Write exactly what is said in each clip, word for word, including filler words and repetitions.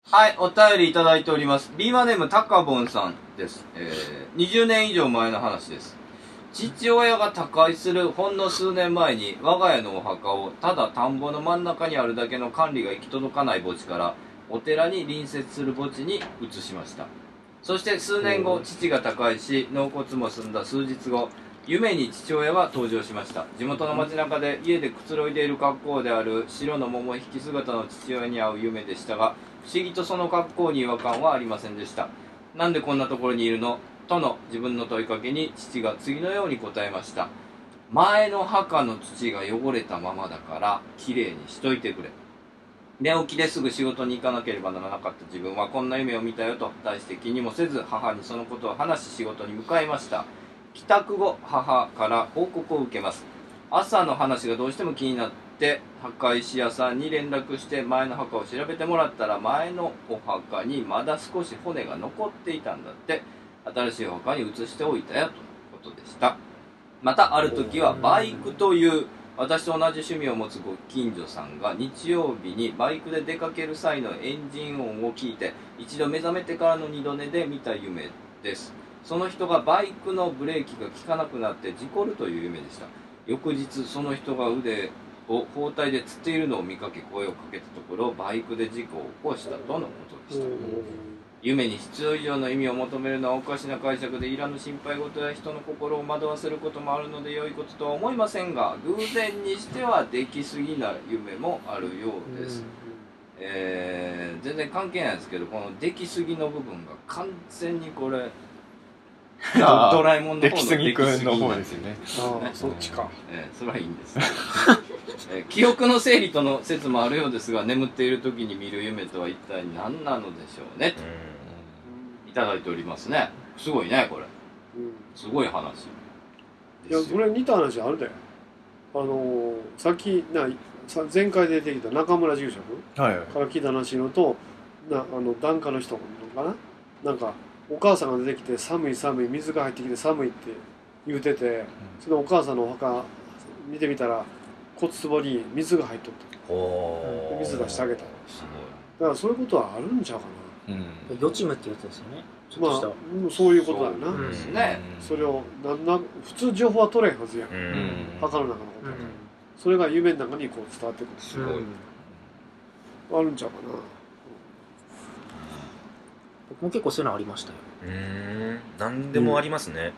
はい、お便りいただいております。ビーマネームタカボンさんです。えー、にじゅうねん以上前の話です。父親が他界するほんの数年前に我が家のお墓をただ田んぼの真ん中にあるだけの管理が行き届かない墓地からお寺に隣接する墓地に移しました。そして数年後、父が他界し納骨も済んだ数日後、夢に父親は登場しました。地元の街中で家でくつろいでいる格好である白の桃引き姿の父親に会う夢でしたが、不思議とその格好に違和感はありませんでした。なんでこんなところにいるのとの自分の問いかけに父が次のように答えました。前の墓の土が汚れたままだからきれいにしといてくれ。寝起きですぐ仕事に行かなければならなかった自分はこんな夢を見たよと大して気にもせず母にそのことを話し仕事に向かいました。帰宅後母から報告を受けます。朝の話がどうしても気になって墓石屋さんに連絡して前の墓を調べてもらったら前のお墓にまだ少し骨が残っていたんだって。新しいお墓に移しておいたよということでした。またある時はバイクという私と同じ趣味を持つご近所さんが日曜日にバイクで出かける際のエンジン音を聞いて一度目覚めてからの二度寝で見た夢です。その人がバイクのブレーキが効かなくなって事故るという夢でした。翌日その人が腕を包帯でつっているのを見かけ声をかけたところバイクで事故を起こしたとのことでした。夢に必要以上の意味を求めるのはおかしな解釈でいらぬ心配事や人の心を惑わせることもあるので良いこととは思いませんが偶然にしてはできすぎな夢もあるようです。えー、全然関係ないですけどこのできすぎの部分が完全にこれドラえもんの方のできすぎくんの方ですよね。 ああ、そっちか。 えー、それはいいんです、えー、記憶の整理との説もあるようですが眠っている時に見る夢とは一体何なのでしょうねといただいておりますね。すごいねこれ、うん、すごい話ですよ。 いやこれ似た話あるで。あのー、さっきな前回出てきた中村住職から聞いた話のと、なあの檀家の人なのかな、なんかお母さんが出てきて寒い寒い水が入ってきて寒いって言うてて、うん、そのお母さんのお墓見てみたら骨壺に水が入っとった。お水出してあげた。すごい。だからそういうことはあるんちゃうかな。 うん、予知夢ってやつですよね。 まあそういうことだよな。そうですね。それをなんな普通情報は取れへんはずやん。墓の中のことだから。それが夢の中にこう伝わってくる。すごい。あるんちゃうかな。 僕も結構そういうのありましたよ。 うーん、何でもありますね。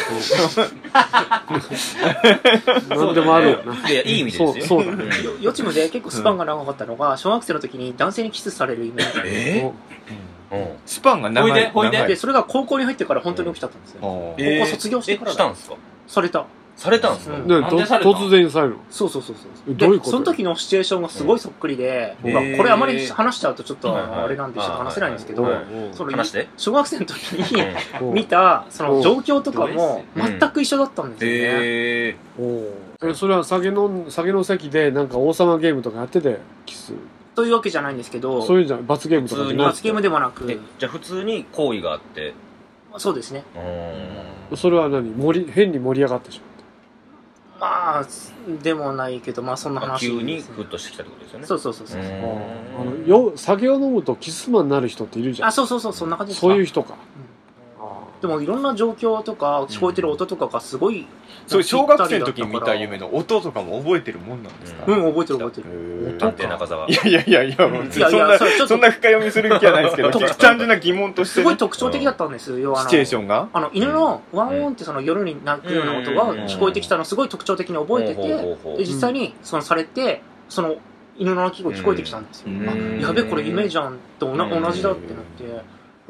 何でもあるよな。 いや、いい意味ですよ。 そうだね。 予知夢で結構スパンが長かったのが、小学生の時に男性にキスされる夢。 えー、スパンが長い。 ほいで、ほいで。 で、それが高校に入ってから本当に起きたんですよ。高校卒業してから。 したんですか？ された。 されたんですか？ 突然されるの？ そうそうそうそう。 どういうこと？ その時のシチュエーションがすごいそっくりで、まあこれあまり話しちゃうとちょっとあれなんでちょっと話せないんですけど、その小学生の時に見たその状況とかも全く一緒だったんですよね。 ええ、それは酒の酒の席でなんか王様ゲームとかやっててキスというわけじゃないんですけど、 そういうじゃ罰ゲームとかじゃなくて、 罰ゲームでもなく、 じゃあ普通に行為があって、 そうですね。 それは何盛り変に盛り上がってしまう。 まあでもないけど、まあそんな話、 急にフッとしてきたってことですよね。 そうそうそうそう。 あのよ酒を飲むとキスマンになる人っているじゃん。 あ、そうそうそう、そんな感じですか。 そういう人か。 でもいろんな状況とか聞こえてる音とかがすごい、 そういう小学生の時に見た夢の音とかも覚えてるもんなんですか？ うん、覚えてる覚えてる。 探偵中澤。 いやいやいやいや、そんなそんな深読みする気はないですけど、単純な疑問としてすごい特徴的だったんですよ。 シチュエーションがあの犬のワンオンってその夜に鳴くような音が聞こえてきたのすごい特徴的に覚えてて、で実際にそのされてその犬の鳴き声聞こえてきたんですよ。あ、やべこれ夢じゃんと同じだってなって。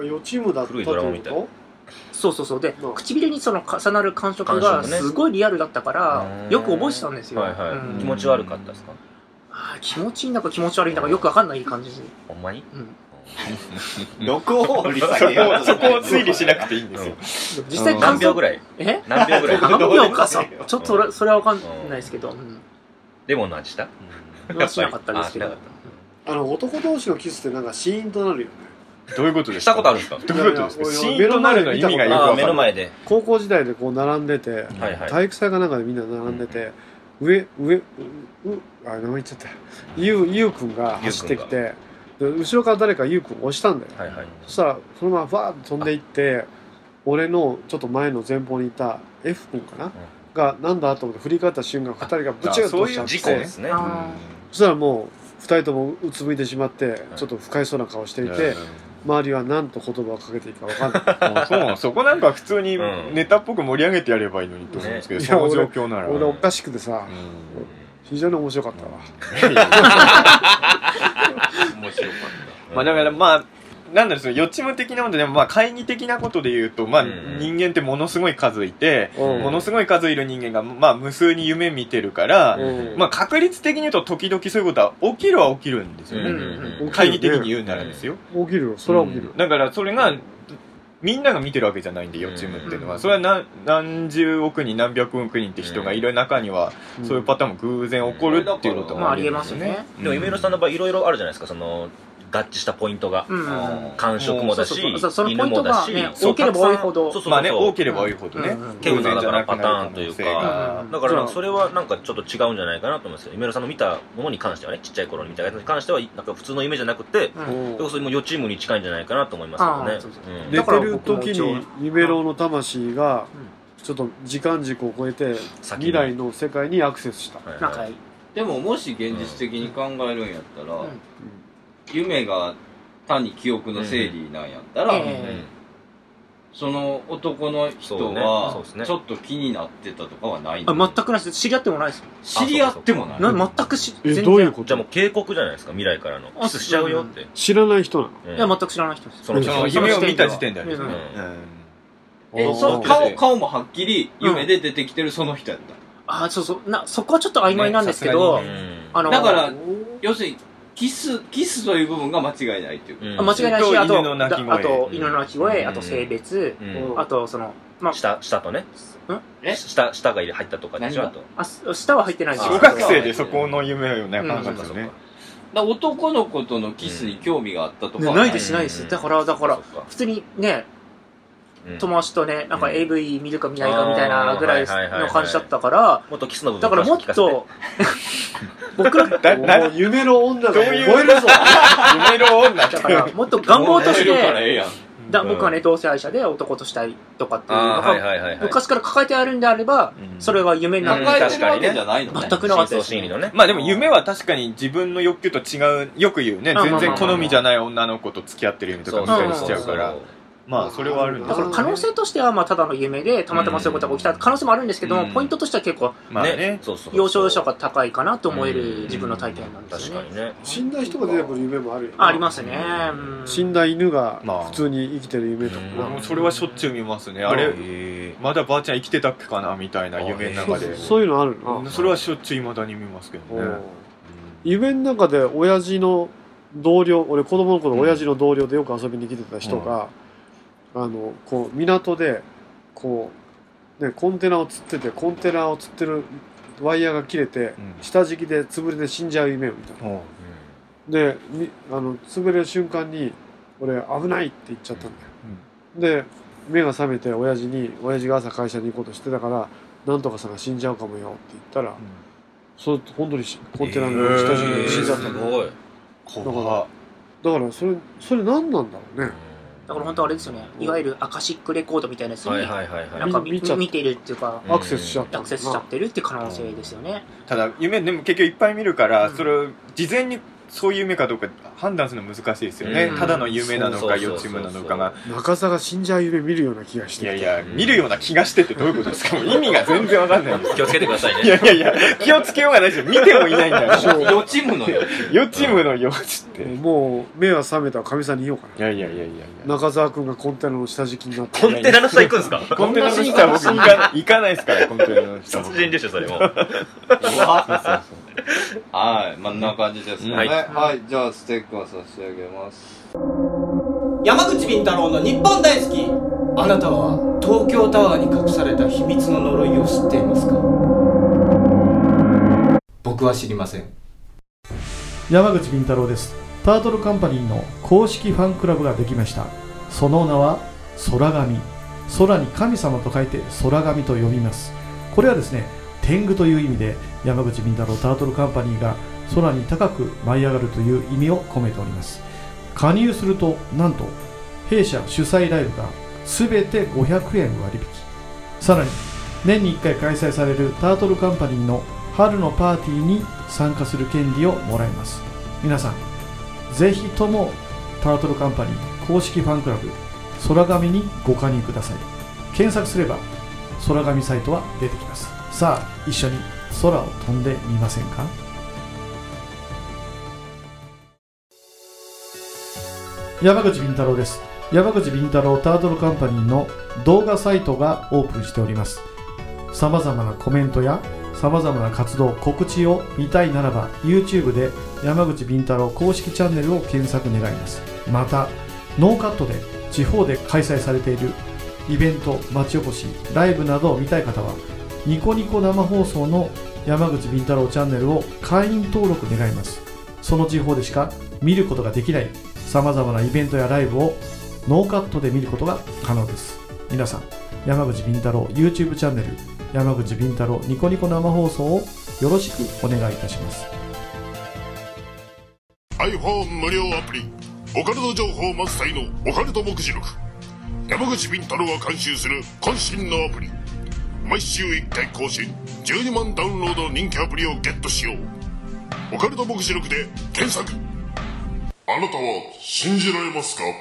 予知夢だったってこと？ そうそうそうで、唇にその重なる感触がすごいリアルだったからよく覚えてたんですよ。 気持ち悪かったですか？ 気持ちいいんだか気持ち悪いんだかよくわかんない感じです。 ほんまに？ 録音を掘り下げよう。そこを推理しなくていいんですよ。 実際何秒ぐらい？ え？ 何秒ぐらい？ 何秒かさ、ちょっとそれはわかんないですけど。 でも何した？ はしなかったですけど。 あの男同士のキスってなんかシーンとなるよね。 どういうことですか？したことあるんですか？ どういうことですか？シーンとなるの意味がよくわかんない。 目の前で高校時代でこう並んでて、体育祭かなんかでみんな並んでて、上上うあ名前言っちゃった。ゆうゆうくんが走ってきて、 で後ろから誰かゆうくん押したんだよ、 はいはい、 そしたらそのままバーッと飛んでいって俺のちょっと前の前方にいた F 君かな、うん、がなんだと思って振り返った瞬間ふたりがブチュッとしちゃって、 そういう事故ですね、うん、 そしたらもうふたりともうつむいてしまってちょっと不快そうな顔していて、うん、周りは何と言葉をかけていいか分かんないそうそこなんか普通にネタっぽく盛り上げてやればいいのにと思うんですけど、ね、その状況なら俺, 俺おかしくてさ、うん、非常に面白かったわ面白かった、 まあだからまあなんだろう、その予知夢的なものでもまあ懐疑的なことで言うと、まあ人間ってものすごい数いて、うん、ものすごい数いる人間がまあ無数に夢見てるから、うん、まあ確率的に言うと時々そういうことは起きるは起きるんですよね、うんうん、懐疑的に言うならですよ、 起きるよ、それは起きる、 うん、だからそれがみんなが見てるわけじゃないんで、予知夢っていうのは、それは 何, 何十億人何百億人って人がいる中には、そういうパターンも偶然起こるっていうこともありえますよね。 でも夢色さんの場合いろいろあるじゃないですか、その合致したポイントが、うん、感触もだし、犬もだし、 多ければ多いほど、 まあね、多ければ多いほどね、 ケウザだからパターンというか、だからそれはなんかちょっと違うんじゃないかなと思いますけど、夢色さんの見たものに関してはね、ちっちゃい頃に見たやつに関してはなんか普通の夢じゃなくて、それこそ予知夢に近いんじゃないかなと思いますけどね。 寝てる時に夢色の魂がちょっと時間軸を超えて未来の世界にアクセスした。 でももし現実的に考えるんやったら、夢が単に記憶の整理なんやったら、うんうん、その男の人はちょっと気になってたとかはないんだ、 ね、あ全くないです。知り合ってもないです。 知り合ってもない。 な全くしえどういうこと？ じゃあもう警告じゃないですか、未来からのキスしちゃうよって、うん、 知らない人なの、 うん、いや全く知らない人です。 その夢を見た時点である、 うんうん、 えそ顔, 顔もはっきり夢で出てきてるその人やった、 うん、あそうそうなそこはちょっと曖昧なんですけど、ねうん、あのだから要するにキス、キスという部分が間違いないっていう、 うん、間違いないし、あと犬の鳴き声、あと犬の鳴き声、うん、あと性別、うん、あとその、 まあ、下、下とね、え下、下が入ったとかでしょ、あと。 あ、下は入ってないです。 小学生でそこの夢をね、考えますよね。 だ男の子とのキスに興味があったとか、 うん、ないです、ないです。だから、だから、普通にね、友達とね、なんか エーブイ 見るか見ないかみたいなぐらいの感じだったから、 もっとキスの部分だからもっと、僕ら、 もう夢の女が覚えるぞ。夢の女だからもっと願望として、だ僕はね、同性愛者で男としたいとかっていうのが、昔から抱えてあるんであれば、それが夢になる。 抱えてるわけじゃないのね。 全くなかったです。 まあでも夢は確かに自分の欲求と違う、よく言うね、全然好みじゃない女の子と付き合ってる夢とか見たりしちゃうから。まあそれはあるんだから可能性としてはまあただの夢でたまたまそういうことが起きた可能性もあるんですけども、ポイントとしては結構ね要所要所が高いかなと思える自分の体験なんですよね。 死んだ人が出てくる夢もあるよね。 ありますね。 死んだ犬が普通に生きてる夢とか、 それはしょっちゅう見ますね。あれまだばあちゃん生きてたっけかなみたいな夢の中で、 そういうのあるの。 それはしょっちゅう未だに見ますけどね。 夢の中で親父の同僚、俺子供の頃親父の同僚でよく遊びに来てた人があのこう港でこう、ね、コンテナを釣っててコンテナを釣ってるワイヤーが切れて、うん、下敷きで潰れて死んじゃう夢を見た、うん、であの潰れる瞬間に俺危ないって言っちゃったんだよ、うん、で目が覚めて親父に親父が朝会社に行こうとしてたからなんとかさんが死んじゃうかもよって言ったら、うん、そう本当にコンテナの下敷きで死んじゃったんだよ、えー、だからだからそれそれ何なんだろうね。 だから本当あれですよね、いわゆるアカシックレコードみたいなやつになんか見ているっていうかアクセスしちゃってアクセスしちゃってるっていう可能性ですよね。 ただ夢でも結局いっぱい見るから、それを事前にそういう夢かどうか判断するの難しいですよね、うん、ただの夢なのか予知夢なのかが。 中澤が死んじゃう夢見るような気がしていやいや、うん、見るような気がしてってどういうことですか。もう意味が全然わかんないんです。 気をつけてくださいね。 いやいやいや気をつけようがないですよ。見てもいないんだよ。 予知夢の予知予知夢の予知ってもう目は覚めたらかみさんに言おうかな。 いやいやいやいや中澤君がコンテナの下敷きになってコンテナの下行くんですか。 コンテナの下は僕行か行かないですからコンテナの下。 殺人でしょそれも。 はい、まあ、んな感じですね、うん、はい、はい、じゃあステッカー差し上げます。 山口敏太郎の日本大好き。あなたは東京タワーに隠された秘密の呪いを知っていますか。僕は知りません。 山口敏太郎です。タートルカンパニーの公式ファンクラブができました。その名は空神。空に神様と書いて空神と呼びます。これはですね、天狗という意味で山口敏太郎タートルカンパニーが空に高く舞い上がるという意味を込めております。加入するとなんと弊社主催ライブが全てごひゃくえん割引、さらに年にいっかい開催されるタートルカンパニーの春のパーティーに参加する権利をもらいます。皆さんぜひともタートルカンパニー公式ファンクラブ空紙にご加入ください。検索すれば空紙サイトは出てきます。さあ一緒に空を飛んでみませんか。山口敏太郎です。山口敏太郎タートルカンパニーの動画サイトがオープンしております。さまざまなコメントやさまざまな活動告知を見たいならば YouTube で山口敏太郎公式チャンネルを検索願います。またノーカットで地方で開催されているイベント、町おこし、ライブなどを見たい方はニコニコ生放送の山口敏太郎チャンネルを会員登録願います。その地方でしか見ることができないさまざまなイベントやライブをノーカットで見ることが可能です。皆さん山口敏太郎 YouTube チャンネル山口敏太郎ニコニコ生放送をよろしくお願いいたします。 iPhone 無料アプリオカルト情報満載のオカルト目次録、山口敏太郎が監修する渾身のアプリ、毎週いっかい更新じゅうにまんダウンロードの人気アプリをゲットしよう。オカルト目次録で検索。あなたは信じられますか？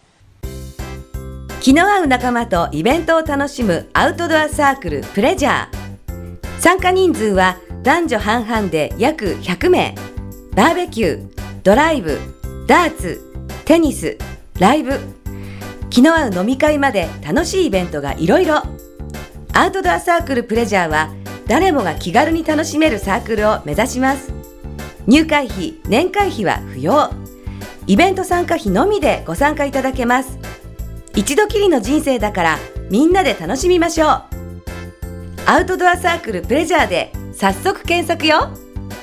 気の合う仲間とイベントを楽しむアウトドアサークルプレジャー。参加人数は男女半々で約ひゃくめい。バーベキュー、ドライブ、ダーツ、テニス、ライブ、気の合う飲み会まで楽しいイベントがいろいろ。アウトドアサークルプレジャーは誰もが気軽に楽しめるサークルを目指します。入会費、年会費は不要。イベント参加費のみでご参加いただけます。一度きりの人生だからみんなで楽しみましょう。アウトドアサークルプレジャーで早速検索よ。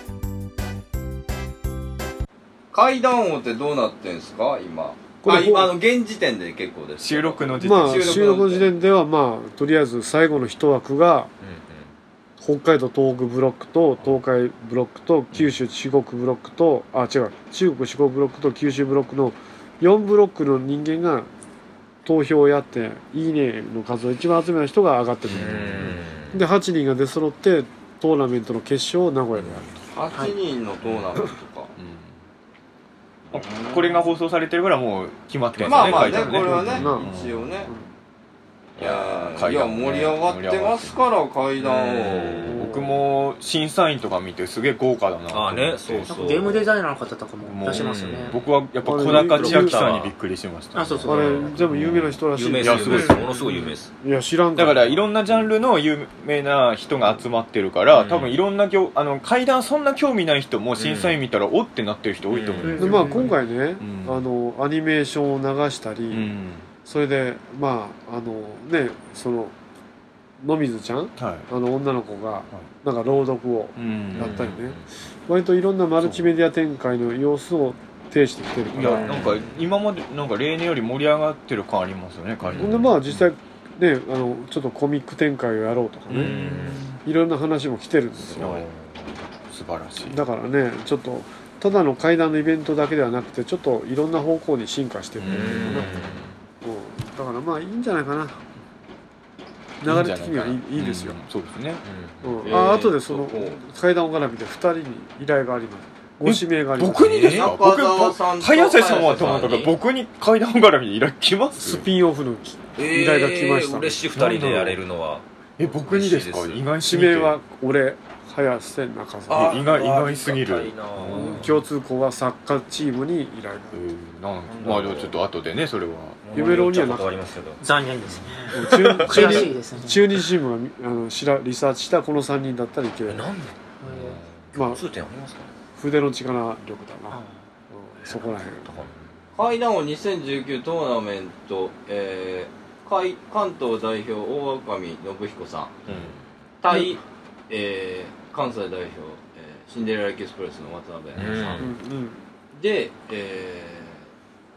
階段王ってどうなってんすか今？あ、今の現時点で結構です。 収録の時点、 まあ、収録の時点ではまあとりあえず最後の一枠が、うんうん、北海道東北ブロックと東海ブロックと九州四国ブロックとあ違う中国四国ブロックと九州ブロックのよんブロックの人間が投票をやっていいねの数を一番集めた人が上がってくる。ではちにんが出揃ってトーナメントの決勝を名古屋でやると。 はちにんのトーナメントか、 うん、これが放送されてるからもう決まってるんですね。 まあまあね、 ねこれはね、うん、一応ね、うん、いやー、いや盛り上がってますから階段を。 僕も審査員とか見てすげえ豪華だな。 ああね、そうそう。 ゲームデザイナーの方とかもいらっしゃいますよね。 僕はやっぱ小高千秋さんにびっくりしました。 あ、そうそう。 あれ全部有名な人らしい。 有名です。ものすごい有名です。 いや知らんだからいろんなジャンルの有名な人が集まってるから、多分いろんなあの階段そんな興味ない人も審査員見たらおってなってる人多いと思うんですよ。 まあ今回ね、あのアニメーションを流したり、それでまああのねその野水ちゃん、はい、あの女の子がなんか朗読をやったりね、割といろんなマルチメディア展開の様子を呈してきてるから、 いやなんか今までなんか例年より盛り上がってる感ありますよね。 ほんでまあ実際ねあのちょっとコミック展開をやろうとかね、いろんな話も来てるんですよ。 素晴らしい。 だからねちょっとただの怪談のイベントだけではなくてちょっといろんな方向に進化してるんだよね。だからまあいいんじゃないかな。流れ的にはいい、いいですよ、うん、 そうですね、 うん、あ後でその階段絡みでふたりに依頼があります。ご指名があります。 僕にですか？僕早瀬さんはと思ったから僕に階段絡みで依頼来ます？ スピンオフの依頼が来ました、 えー、嬉しいふたりでやれるのは。 え僕にですか？意外すぎて指名は俺早瀬中澤。 意外意外すぎる。 共通項はサッカーチームに依頼が、 えー、なんまあちょっと後でねそれは夢郎にはなかった。 残念ですね。 中日中日新聞があのしらリサーチしたこのさんにんだったらいける。 なんで？ まあ通点ありますか？ 筆の力力だな、うん、そこらへん。 階段王にせんじゅうきゅうトーナメント、えー、関東代表大上信彦さん、うん、対、うん、えー、関西代表、えー、シンデレラエキスプレスの渡辺さん、うんうん、で、えー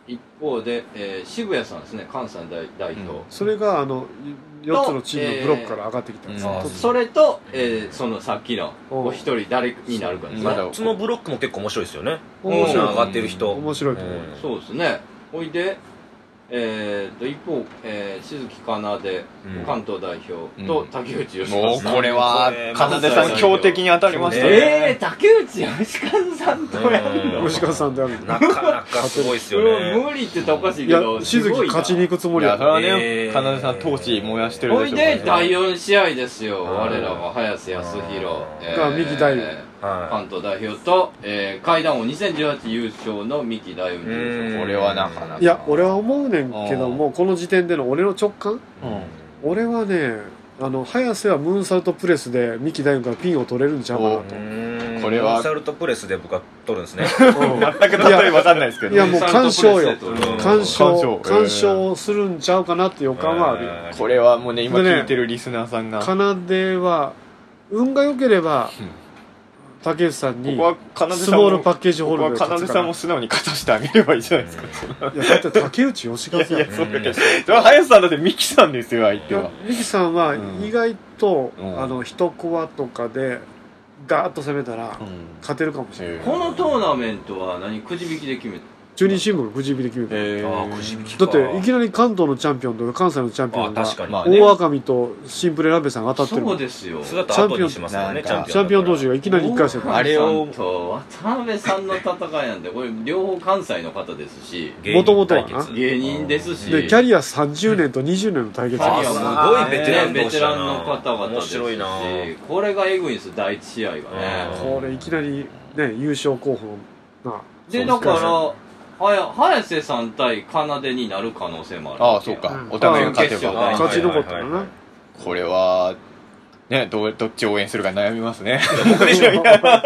一方で、えー、渋谷さんですね、関西代代表、うん、 それがあのよっつのチームのブロックから上がってきたんです、えーうん、それと、えー、そのさっきのお一人誰になるかですね。 そのブロックも結構面白いですよね。面白い上がってる人、 面白いと思う、 うん、そうですね。おいでえー、と一方、えー、静木かなで、うん、関東代表と竹内義和さん、 もうこれはかなでさん強敵に当たりましたね。 えー、竹内義和さんとやるの、 吉川さんであるなかなかすごいですよね。 無理って言ったらおかしいけど、 いや静木勝ちに行くつもりやからね。えー、かなでさん闘志燃やしてるでしょう、ね、 おいでだいよん試合ですよ。我らが早瀬康弘が三木大夫、 関東代表と、えー、階段王にせんじゅうはち優勝の三木大夫優勝。 これはなかなか、 いや俺は思うねんけども、この時点での俺の直感、うん、俺はねあの早瀬はムーンサルトプレスで三木大夫からピンを取れるんちゃうかなと。 これはムーンサルトプレスで僕は取るんですね。 全く例え分かんないですけど、 いやもう干渉よ、干渉干渉するんちゃうかなって予感はあるよ。 これはもうね今聞いてるリスナーさんが、 かなでは運が良ければ、うん、竹内さんにスモールパッケージホールでかなでさんも素直に勝たせてあげればいいじゃないですか。 いやだって竹内義和さん、いやいやそうだけど、 それは林さんだって三木さんですよ相手は。 三木さんは意外と、うん、あの一コアとかでガーッと攻めたら勝てるかもしれない、うん、 このトーナメントは何くじ引きで決めた？ 中日新聞がくじ引きで決めた、えー、あくじ引きか。だっていきなり関東のチャンピオンとか関西のチャンピオンが大赤身とシンプレラベさんが当たってる。 そうですよ。 チャンピオンチャンピオン同士がいきなりいっかい戦あれをと渡辺さんの戦いなんで、これ両方関西の方ですし、 もともとはな芸人ですし、 でキャリアさんじゅうねんとにじゅうねんの対決。 キャリアすごいベテランベテランの方々ですし、面白いな。これがエグいんです。第一試合がね。 これいきなりね優勝候補な。 でだからはや早瀬さん対かなでになる可能性もある。 ああそうか、うん、お互いが勝てば勝ち残ったらな。 これはね、ど, どっちを応援するか悩みますね。 僕でしょ。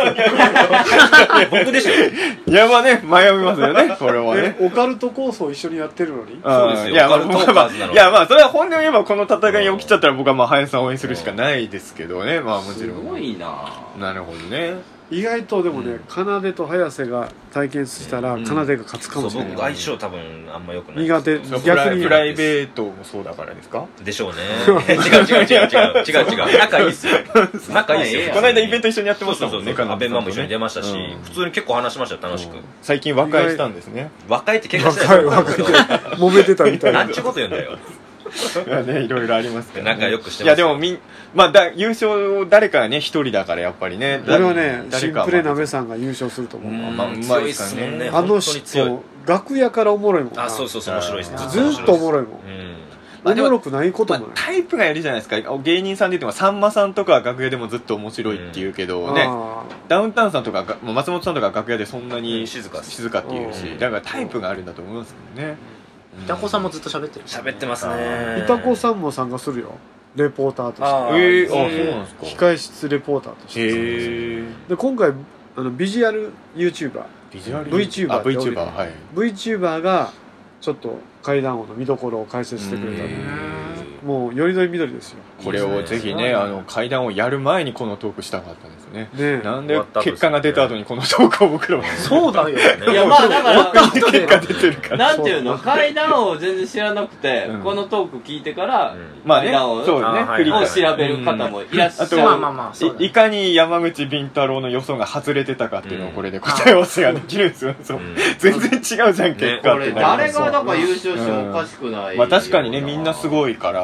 僕でしょ。 いやまあね迷いますよねこれはね。 オカルト構想一緒にやってるのに。 そうですよ。 いやまあまあいやまあそれは本音を言えばこの戦いが起きちゃったら僕はまあ林さんを応援するしかないですけどね。まあもちろん。 すごいな。 なるほどね。 意外とでもね、かなでと早瀬が対決したらかなでが勝つかもしれない。 僕相性多分あんま良くない。 苦手。 逆にプライベートもそうだからですか？ でしょうね。違う違う違う違う違う違う。仲いいっすよ。仲いいっすよ。 この間イベント一緒にやってましたもんね。 アベンマも一緒に出ましたし、普通に結構話しましたよ楽しく。 最近和解したんですね。 和解って喧嘩してない。 和解揉めてたみたいな。 なんちゅうこと言うんだよ。 いやね、いろいろありますけど、ね、 仲良くしてます。 いやでもみん、まあ、だ優勝誰かね一人だからやっぱりね。 俺はねシンプレなべさんが優勝すると思う。 うん、まあ、うまいですね。 あの人楽屋からおもろいもんな。 あそうそうそう面白いです。 ずっとおもろいもん。うんおもろくないこともない、 まあ、タイプがやるじゃないですか。芸人さんで言ってもさんまさんとかは楽屋でもずっと面白いっていうけどね、うん、ダウンタウンさんとか松本さんとか楽屋でそんなに静か静かっていうし、だからタイプがあるんだと思いますけどね。 いたこさんもずっと喋ってる。 喋ってますね。 いたこさんも参加するよ。レポーターとして。 えー、あそうなんですか。 控室レポーターとして。 へで今回あのビジュアル YouTuber、 ビジュアル VTuber、 VTuber、はい。 VTuber がちょっと階段王の見どころを解説してくれたので、もうよりどりみどりですよ。 これをぜひね、あの階段をやる前にこのトークしたかったんですね。ねなんで結果が出た後にこのトークを僕らはそうだよね。 いやまあだから結果出てるから。 なんていうの階段を全然知らなくて、うん、このトーク聞いてから、うん、 まあね、 階段を、 そうね、 を調べる方もいらっしゃる。 うん、あと、まあまあまあい、いかに山口敏太郎の予想が外れてたかっていうのをこれで答え合わせができるんですよ。そう全然違うじゃん、結果って、ね。 これ誰がだから優勝してもおかしくない。 まあ確かにねみんなすごいから。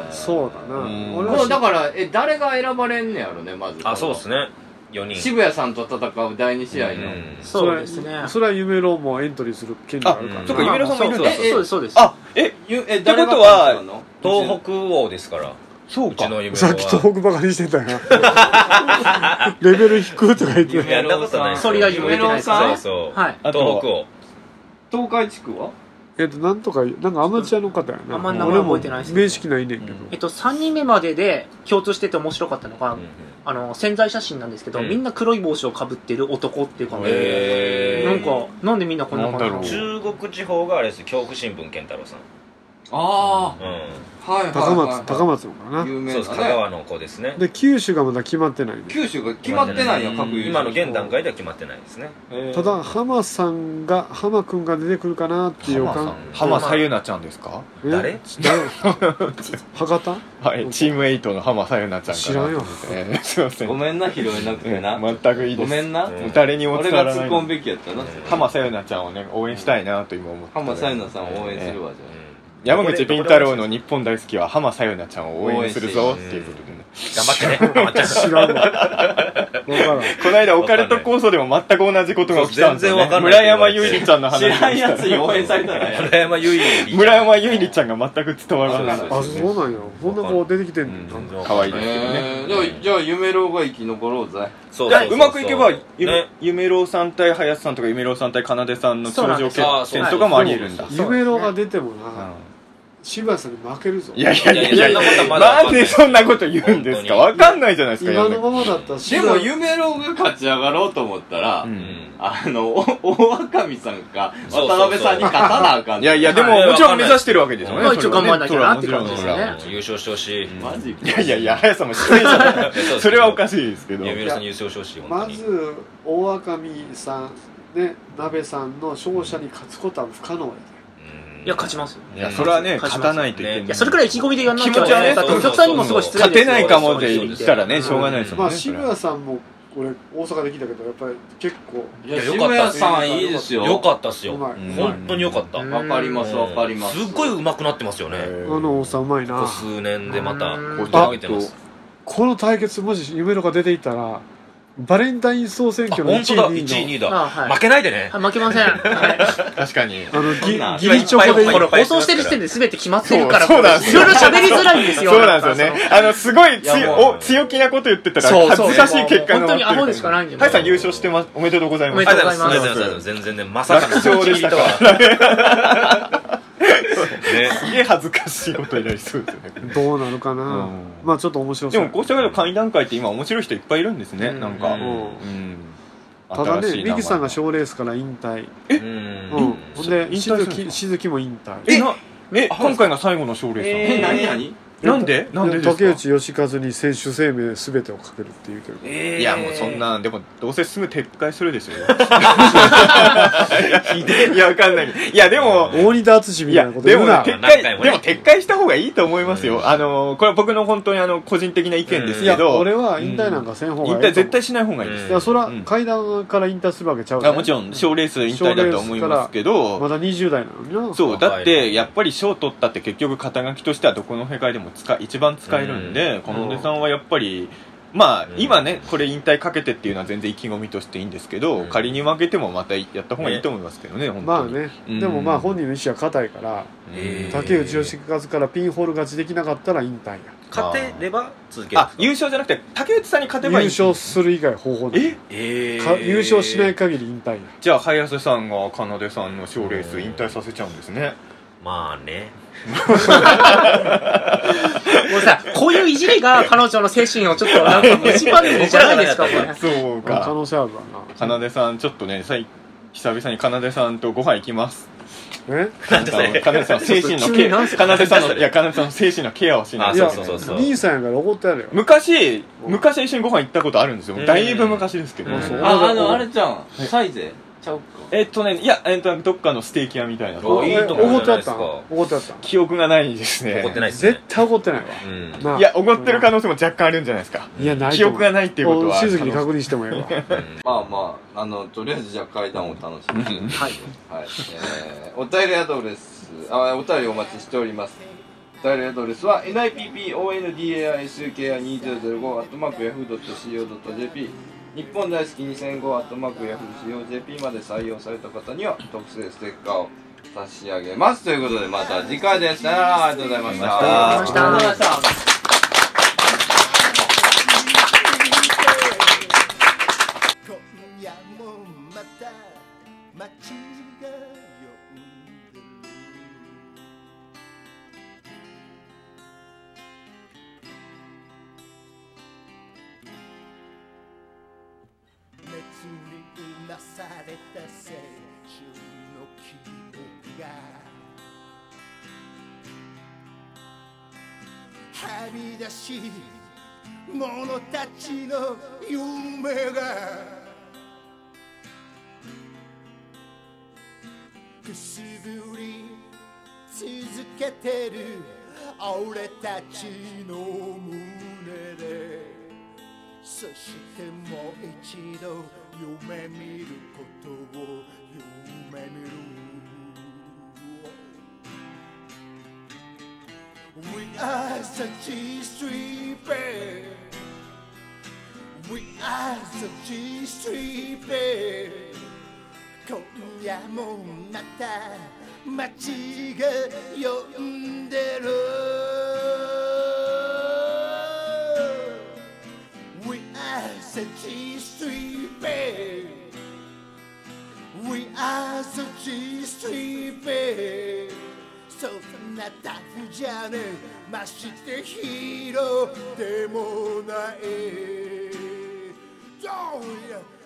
そうだな。 俺はだからえ誰が選ばれんねやろねまず。 あそうですね。よにん渋谷さんと戦うだいに試合の、うん、 そうですね。 それは夢郎もエントリーする権利があるから。 そうか夢郎さんもいるんです。 そうですそうです。 あええってことは東北王ですから。 そうか。 さっき東北バカにしてたよ。レベル低いとか言って。 いやそんなことない。 それが夢郎さん。そうそう。 はい。 東北王。 東海地区は？ えっとなんとかなんかアマチュアの方やな。 あんま名前覚えてないです。 面識ないねんけど。 えっとさんにんめまでで共通してて面白かったのが。あの潜在写真なんですけど、うん、みんな黒い帽子をかぶってる男っていう感じで、なんかなんでみんなこんな感じなの？ 中国地方があれです恐怖新聞健太郎さん。 ああ、 うん、 はいはいはい、 高松高松のかな、 有名なね、 そうです、香川の子ですね。 で九州がまだ決まってないね。 九州が決まってないや、各優勝。 今の現段階では決まってないですね。 ただ浜さんが浜くんが出てくるかなっていう予感。 浜さゆなちゃんですか？ 誰？ 誰？博多？ はい、チームエイトの浜さゆなちゃんかな。 知らんよ。 えー、すいません。 ごめんな、拾えなくてな。 全くいいです。 ごめんな。 誰にも伝わらない。 俺が突っ込むべきやったな。 浜さゆなちゃんをね、応援したいなと今思って。 浜さゆなさんを応援するわ、じゃあ。 山口敏太郎の日本大好きは浜さゆなちゃんを応援するぞっていうことでね。 頑張ってね。頑張っちゃう。 知らんわ。 この間オカルト構想でも全く同じことが起きたんですよね。村山ゆいりちゃんの話。 知らんやつに応援されたらや。 村山ゆいり。 村山ゆいりちゃんが全く伝わらない。 あ、そうなんや。こんな子出てきてんの。 可愛いですけどね。 じゃあ夢郎が生き残ろうぜ。 そうそうそう。うまくいけば夢郎さん対林さんとか夢郎さん対奏さんの頂上決戦とかもあり得るんだ。 夢郎が出てもな。渋谷さんに負けるぞ。 いやいやいやいや、なんでそんなこと言うんですか。わかんないじゃないですか。 今のままだったら。 でも夢郎が勝ち上がろうと思ったら、あの大赤見さんか渡辺さんに勝たなあかん。 いやいや、でももちろん目指してるわけですよね。 一応頑張んなきゃなって感じですね。 優勝してほしい。 マジ？ いやいやいや、林さんも出演者だから。それはおかしいですけど。 夢郎さんに優勝してほしい。 まず大赤見さんね、鍋さんの勝者に勝つことは不可能や。 いや、勝ちますよ。 いや、それはね、勝たないといけない。 いや、それくらい意気込みでやんなきゃ。 気持ちはね、 だってお客さんにもすごい失礼勝てないかもで言ったらね、しょうがないですもんね。 まあ、渋谷さんも、俺、大阪で聞いたけど、やっぱり結構。 いや、渋谷さんいいですよ。 よかったっすよ。 本当によかった。 わかります、わかります。 すっごい上手くなってますよね。 あの大さんうまいな。 ここ数年でまた、こう上げてます。この対決、もし夢のが出ていたら、バレンタイン総選挙のいちいにいだ。負けないでね。 負けません。 確かに。 あの、ギリチョコで放送してる時点で全て決まってるから、 そうなんですよ。 いろいろ喋りづらいんですよ。 そうなんですよね。あの、すごい強気なこと言ってたら、恥ずかしい結果の。 本当にアホでしかないんで。 ハイさん優勝してます。おめでとうございます。 おめでとうございます。 ありがとうございます。全然ね、まさかの楽勝でしたから。ね、すげえ恥ずかしいことになりそうですよね。 どうなるかな、うん、まあちょっと面白そう。 でもこうしたけど会談会って今面白い人いっぱいいるんですね、うん、なんか、うんうん、 ただねミキさんが賞レースから引退。えうん、ほんでしずきしずきも引退。 えなえ今回が最後の賞レースなの？ え何何なんでなんでですか？ 竹内義和に選手生命すべてをかけるって言うけど、 えー、いやもうそんなでもどうせすぐ撤回するでしょひでえいやわかんないいやでも大仁田敦みたいなこと言うな。 でも、ね、撤回でも撤回した方がいいと思いますよ、うん、あのこれは僕の本当にあの個人的な意見ですけど、 うん、俺は引退なんかせん方がいい、 うん、引退絶対しない方がいいです、 うん、いやそれは階段から引退するわけちゃう、ね、 もちろん賞レース引退だと思いますけどまだにじゅう代なのにな。 そうだってやっぱり賞取ったって結局肩書きとしてはどこの世界でも使一番使使えるんで、この出さんはやっぱりまあ、うん、今ねこれ引退かけてっていうのは全然意気込みとしていいんですけど、うん、仮に負けてもまたやった方がいいと思いますけどね、本当に。まあね、 うん、でもまあ本人の意思は固いから、竹内義和からピンホール勝ちできなかったら引退や。 勝てれば続ける。 あ、優勝じゃなくて竹内さんに勝てばいい。 優勝する以外方法ない。ええー、優勝しない限り引退や。 じゃあ林さんが奏さんの賞レース引退させちゃうんですね。 まあね。 もうさ、こういういじりが彼女の精神をちょっとなんか蝕んでるじゃないですか、これ。 そうか。 可能性あるわな。奏さん、ちょっとね、久々に奏さんとご飯行きます。 え？ なんでそれ？奏さん精神のケア、奏さんのいや奏さんの精神のケアをしない。 いや、兄さんやから怒ってやるよ。 昔昔一緒にご飯行ったことあるんですよ。だいぶ昔ですけど。 あ、あのあれじゃん。サイゼちゃうか。 えっとね、いや、えっと、どっかのステーキ屋みたいな。 お、いいとこ怒ってやったん？怒ってやったん？ 記憶がないですね。 怒ってないですね。 絶対怒ってないわ。いや、怒ってる可能性も若干あるんじゃないですか。 いや、ない。 記憶がないっていうことは。 しずきに確認してもいいわ。 まあまあ、あの、とりあえずじゃあ階段を楽しみに。はい。はい。えー、お便りアドレス、あ、お便りお待ちしております。お便りアドレスは ナイピーピーオーエヌディーエーアイエスケーアイにせんご アットマークヤフードットシーオードットジェーピー日本大好きにせんごアットマークヤフー シーオージェーピー まで採用された方には特製ステッカーを差し上げますということでまた次回です。さよなら。ありがとうございました。 ありがとうございました。 された青春の記憶が旅立し者たちの夢がくすぶり続けてる俺たちの胸で、そしてもう一度夢見ることを夢見る。 We are the G Street Band. We are the G Street Band. 今夜もまた街が呼んでる。 We are the G Street Band. We are the G Street Band. そんなタフじゃねえ、ましてヒーローでもない。